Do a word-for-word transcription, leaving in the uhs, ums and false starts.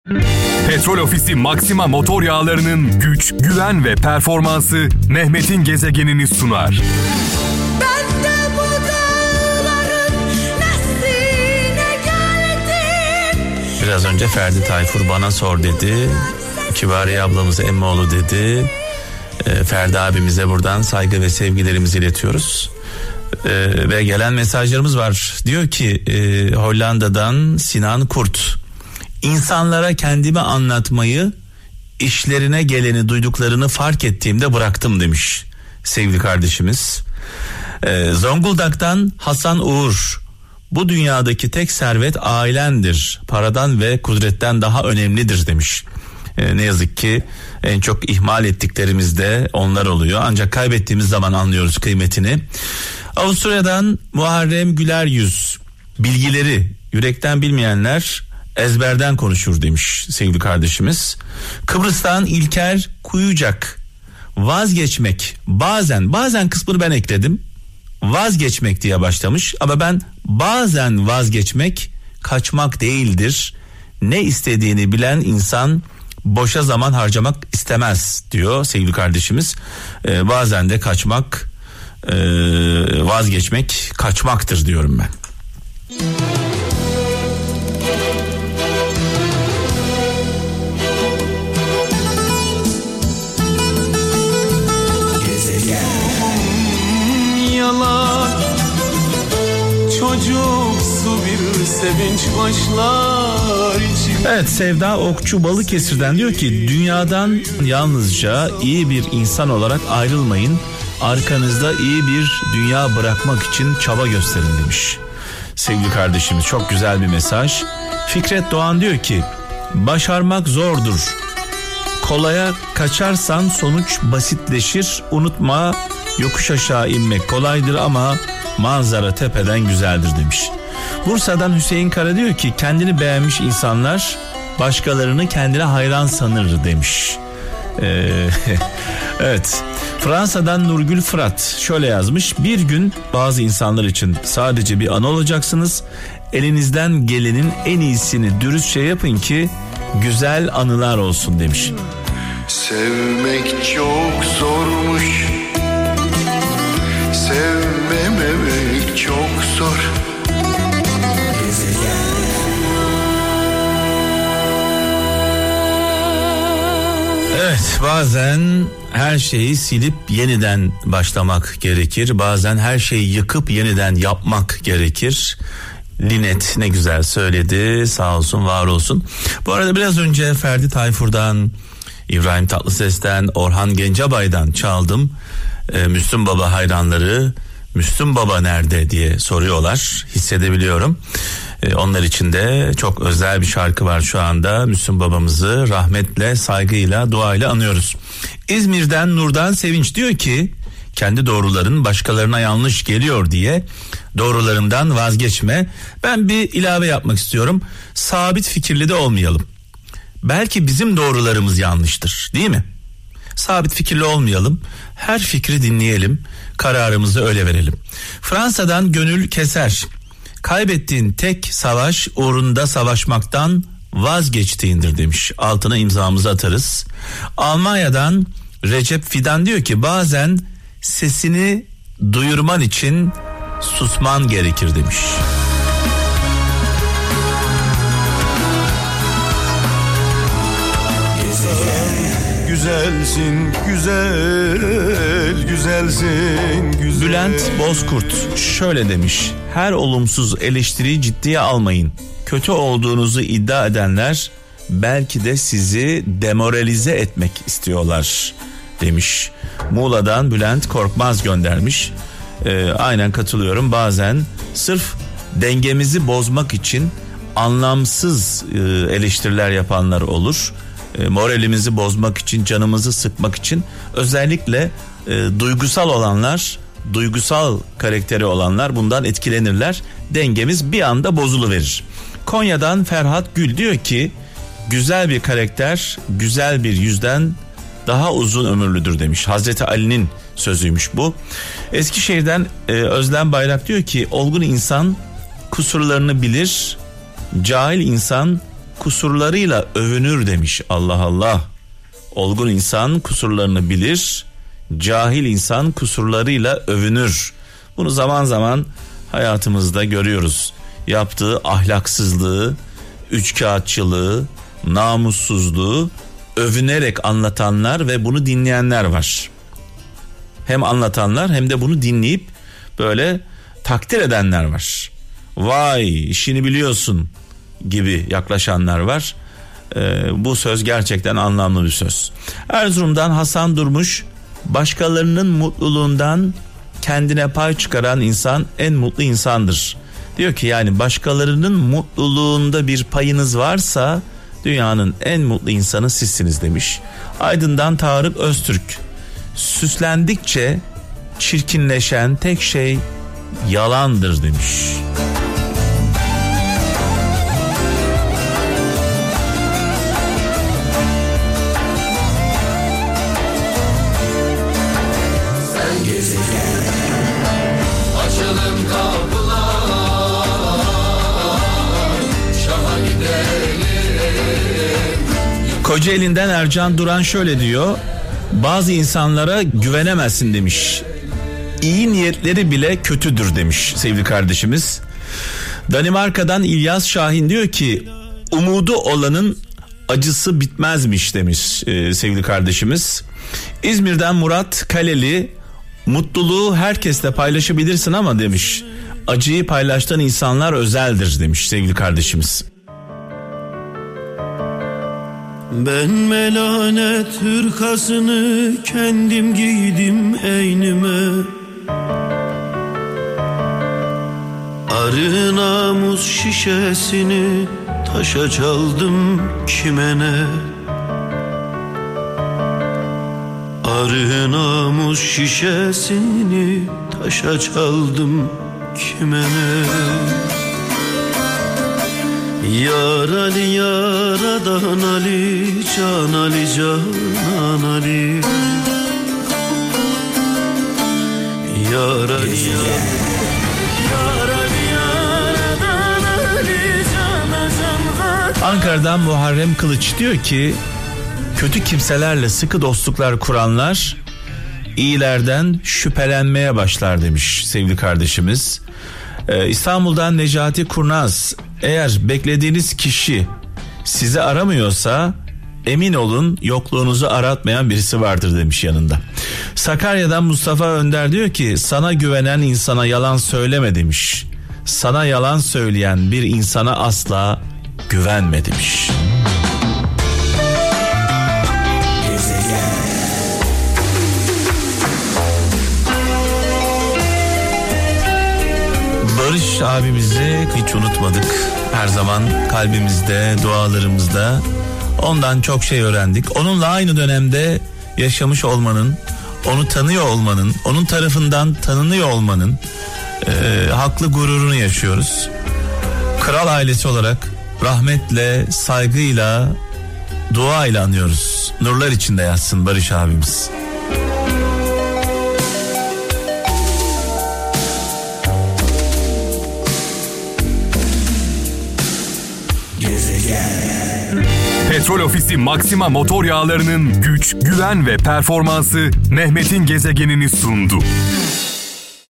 Petrol Ofisi Maxima motor yağlarının güç, güven ve performansı Mehmet'in gezegenini sunar. Ben de bu dağların nesline geldim. Biraz önce Ferdi Tayfur bana sor dedi. Kibariye ablamız Emmoğlu dedi. E, Ferdi abimize buradan saygı ve sevgilerimizi iletiyoruz. E, ve gelen mesajlarımız var. Diyor ki e, Hollanda'dan Sinan Kurt. İnsanlara kendimi anlatmayı, işlerine geleni duyduklarını fark ettiğimde bıraktım demiş sevgili kardeşimiz. Ee, Zonguldak'tan Hasan Uğur. Bu dünyadaki tek servet ailendir. Paradan ve kudretten daha önemlidir demiş. Ee, ne yazık ki en çok ihmal ettiklerimiz de onlar oluyor. Ancak kaybettiğimiz zaman anlıyoruz kıymetini. Avusturya'dan Muharrem Güler Yüz. Bilgileri yürekten bilmeyenler ezberden konuşur demiş sevgili kardeşimiz. Kıbrıs'tan İlker Kuyucak. Vazgeçmek bazen bazen kısmını ben ekledim. Vazgeçmek diye başlamış ama ben bazen vazgeçmek kaçmak değildir. Ne istediğini bilen insan boşa zaman harcamak istemez diyor sevgili kardeşimiz. Ee, bazen de kaçmak e, vazgeçmek kaçmaktır diyorum ben. Çocuksu bir sevinç başlar içim. Evet, Sevda Okçu Balıkesir'den diyor ki dünyadan yalnızca iyi bir insan olarak ayrılmayın. Arkanızda iyi bir dünya bırakmak için çaba gösterin demiş sevgili kardeşimiz. Çok güzel bir mesaj. Fikret Doğan diyor ki başarmak zordur. Kolaya kaçarsan sonuç basitleşir. Unutma, yokuş aşağı inmek kolaydır ama manzara tepeden güzeldir demiş. Bursa'dan Hüseyin Kara diyor ki kendini beğenmiş insanlar başkalarını kendine hayran sanır demiş. Ee, evet. Fransa'dan Nurgül Fırat şöyle yazmış. Bir gün bazı insanlar için sadece bir anı olacaksınız. Elinizden gelenin en iyisini dürüstçe yapın ki güzel anılar olsun demiş. Sevmek çok zormuş. Sevmemek çok zor. Evet, bazen her şeyi silip yeniden başlamak gerekir. Bazen her şeyi yıkıp yeniden yapmak gerekir. Linet ne güzel söyledi, sağ olsun var olsun. Bu arada biraz önce Ferdi Tayfur'dan, İbrahim Tatlıses'ten, Orhan Gencebay'dan çaldım. Ee, Müslüm Baba hayranları Müslüm Baba nerede diye soruyorlar, hissedebiliyorum. Ee, onlar için de çok özel bir şarkı var şu anda. Müslüm Babamızı rahmetle, saygıyla, duayla anıyoruz. İzmir'den Nurdan Sevinç diyor ki kendi doğruların başkalarına yanlış geliyor diye doğrularından vazgeçme. Ben bir ilave yapmak istiyorum. Sabit fikirli de olmayalım. Belki bizim doğrularımız yanlıştır, değil mi? Sabit fikirli olmayalım. Her fikri dinleyelim. Kararımızı öyle verelim. Fransa'dan Gönül Keser. Kaybettiğin tek savaş uğrunda savaşmaktan vazgeçtiğindir demiş. Altına imzamızı atarız. Almanya'dan Recep Fidan diyor ki bazen sesini duyurman için susman gerekir demiş. Güzelsin, güzel, güzelsin, güzel. Bülent Bozkurt şöyle demiş. Her olumsuz eleştiriyi ciddiye almayın. Kötü olduğunuzu iddia edenler belki de sizi demoralize etmek istiyorlar demiş. Muğla'dan Bülent Korkmaz göndermiş. Ee, aynen katılıyorum. Bazen sırf dengemizi bozmak için anlamsız e, eleştiriler yapanlar olur. E, moralimizi bozmak için, canımızı sıkmak için, özellikle e, duygusal olanlar, duygusal karakteri olanlar bundan etkilenirler. Dengemiz bir anda bozuluverir. Konya'dan Ferhat Gül diyor ki güzel bir karakter güzel bir yüzden daha uzun ömürlüdür demiş. Hazreti Ali'nin sözüymüş bu. Eskişehir'den e, Özlem Bayrak diyor ki olgun insan kusurlarını bilir, cahil insan kusurlarıyla övünür demiş. Allah Allah. Olgun insan kusurlarını bilir, cahil insan kusurlarıyla övünür. Bunu zaman zaman hayatımızda görüyoruz. Yaptığı ahlaksızlığı, üçkağıtçılığı, namussuzluğu övünerek anlatanlar ve bunu dinleyenler var. Hem anlatanlar hem de bunu dinleyip böyle takdir edenler var. Vay, işini biliyorsun gibi yaklaşanlar var. Ee, bu söz gerçekten anlamlı bir söz. Erzurum'dan Hasan Durmuş, başkalarının mutluluğundan kendine pay çıkaran insan en mutlu insandır. Diyor ki yani başkalarının mutluluğunda bir payınız varsa dünyanın en mutlu insanı sizsiniz demiş. Aydın'dan Tarık Öztürk, süslendikçe çirkinleşen tek şey yalandır demiş. Kocaeli'nden Ercan Duran şöyle diyor: bazı insanlara güvenemezsin demiş. İyi niyetleri bile kötüdür demiş sevgili kardeşimiz. Danimarka'dan İlyas Şahin diyor ki umudu olanın acısı bitmezmiş demiş e, sevgili kardeşimiz. İzmir'den Murat Kaleli, mutluluğu herkesle paylaşabilirsin ama demiş, acıyı paylaştığın insanlar özeldir demiş sevgili kardeşimiz. Ben melanet hırkasını kendim giydim eynime, arı namus şişesini taşa çaldım kime ne. Arı namus şişesini taşa çaldım kime ne. Yar Ali yaradan Ali, Can Ali Canan Ali. Yar Ali yar, Yar Ali yaradan Ali, Canan Canan. Ankara'dan Muharrem Kılıç diyor ki kötü kimselerle sıkı dostluklar kuranlar iyilerden şüphelenmeye başlar demiş sevgili kardeşimiz. Ee, İstanbul'dan Necati Kurnaz, eğer beklediğiniz kişi sizi aramıyorsa emin olun yokluğunuzu aratmayan birisi vardır demiş yanında. Sakarya'dan Mustafa Önder diyor ki sana güvenen insana yalan söyleme demiş. Sana yalan söyleyen bir insana asla güvenme demiş. Barış abimizi hiç unutmadık. Her zaman kalbimizde, dualarımızda. Ondan çok şey öğrendik. Onunla aynı dönemde yaşamış olmanın, onu tanıyor olmanın, onun tarafından tanınıyor olmanın e, haklı gururunu yaşıyoruz. Kral ailesi olarak rahmetle, saygıyla, duayla anıyoruz. Nurlar içinde yatsın Barış abimiz. Petrol Ofisi Maxima motor yağlarının güç, güven ve performansı Mehmet'in gezegenini sundu.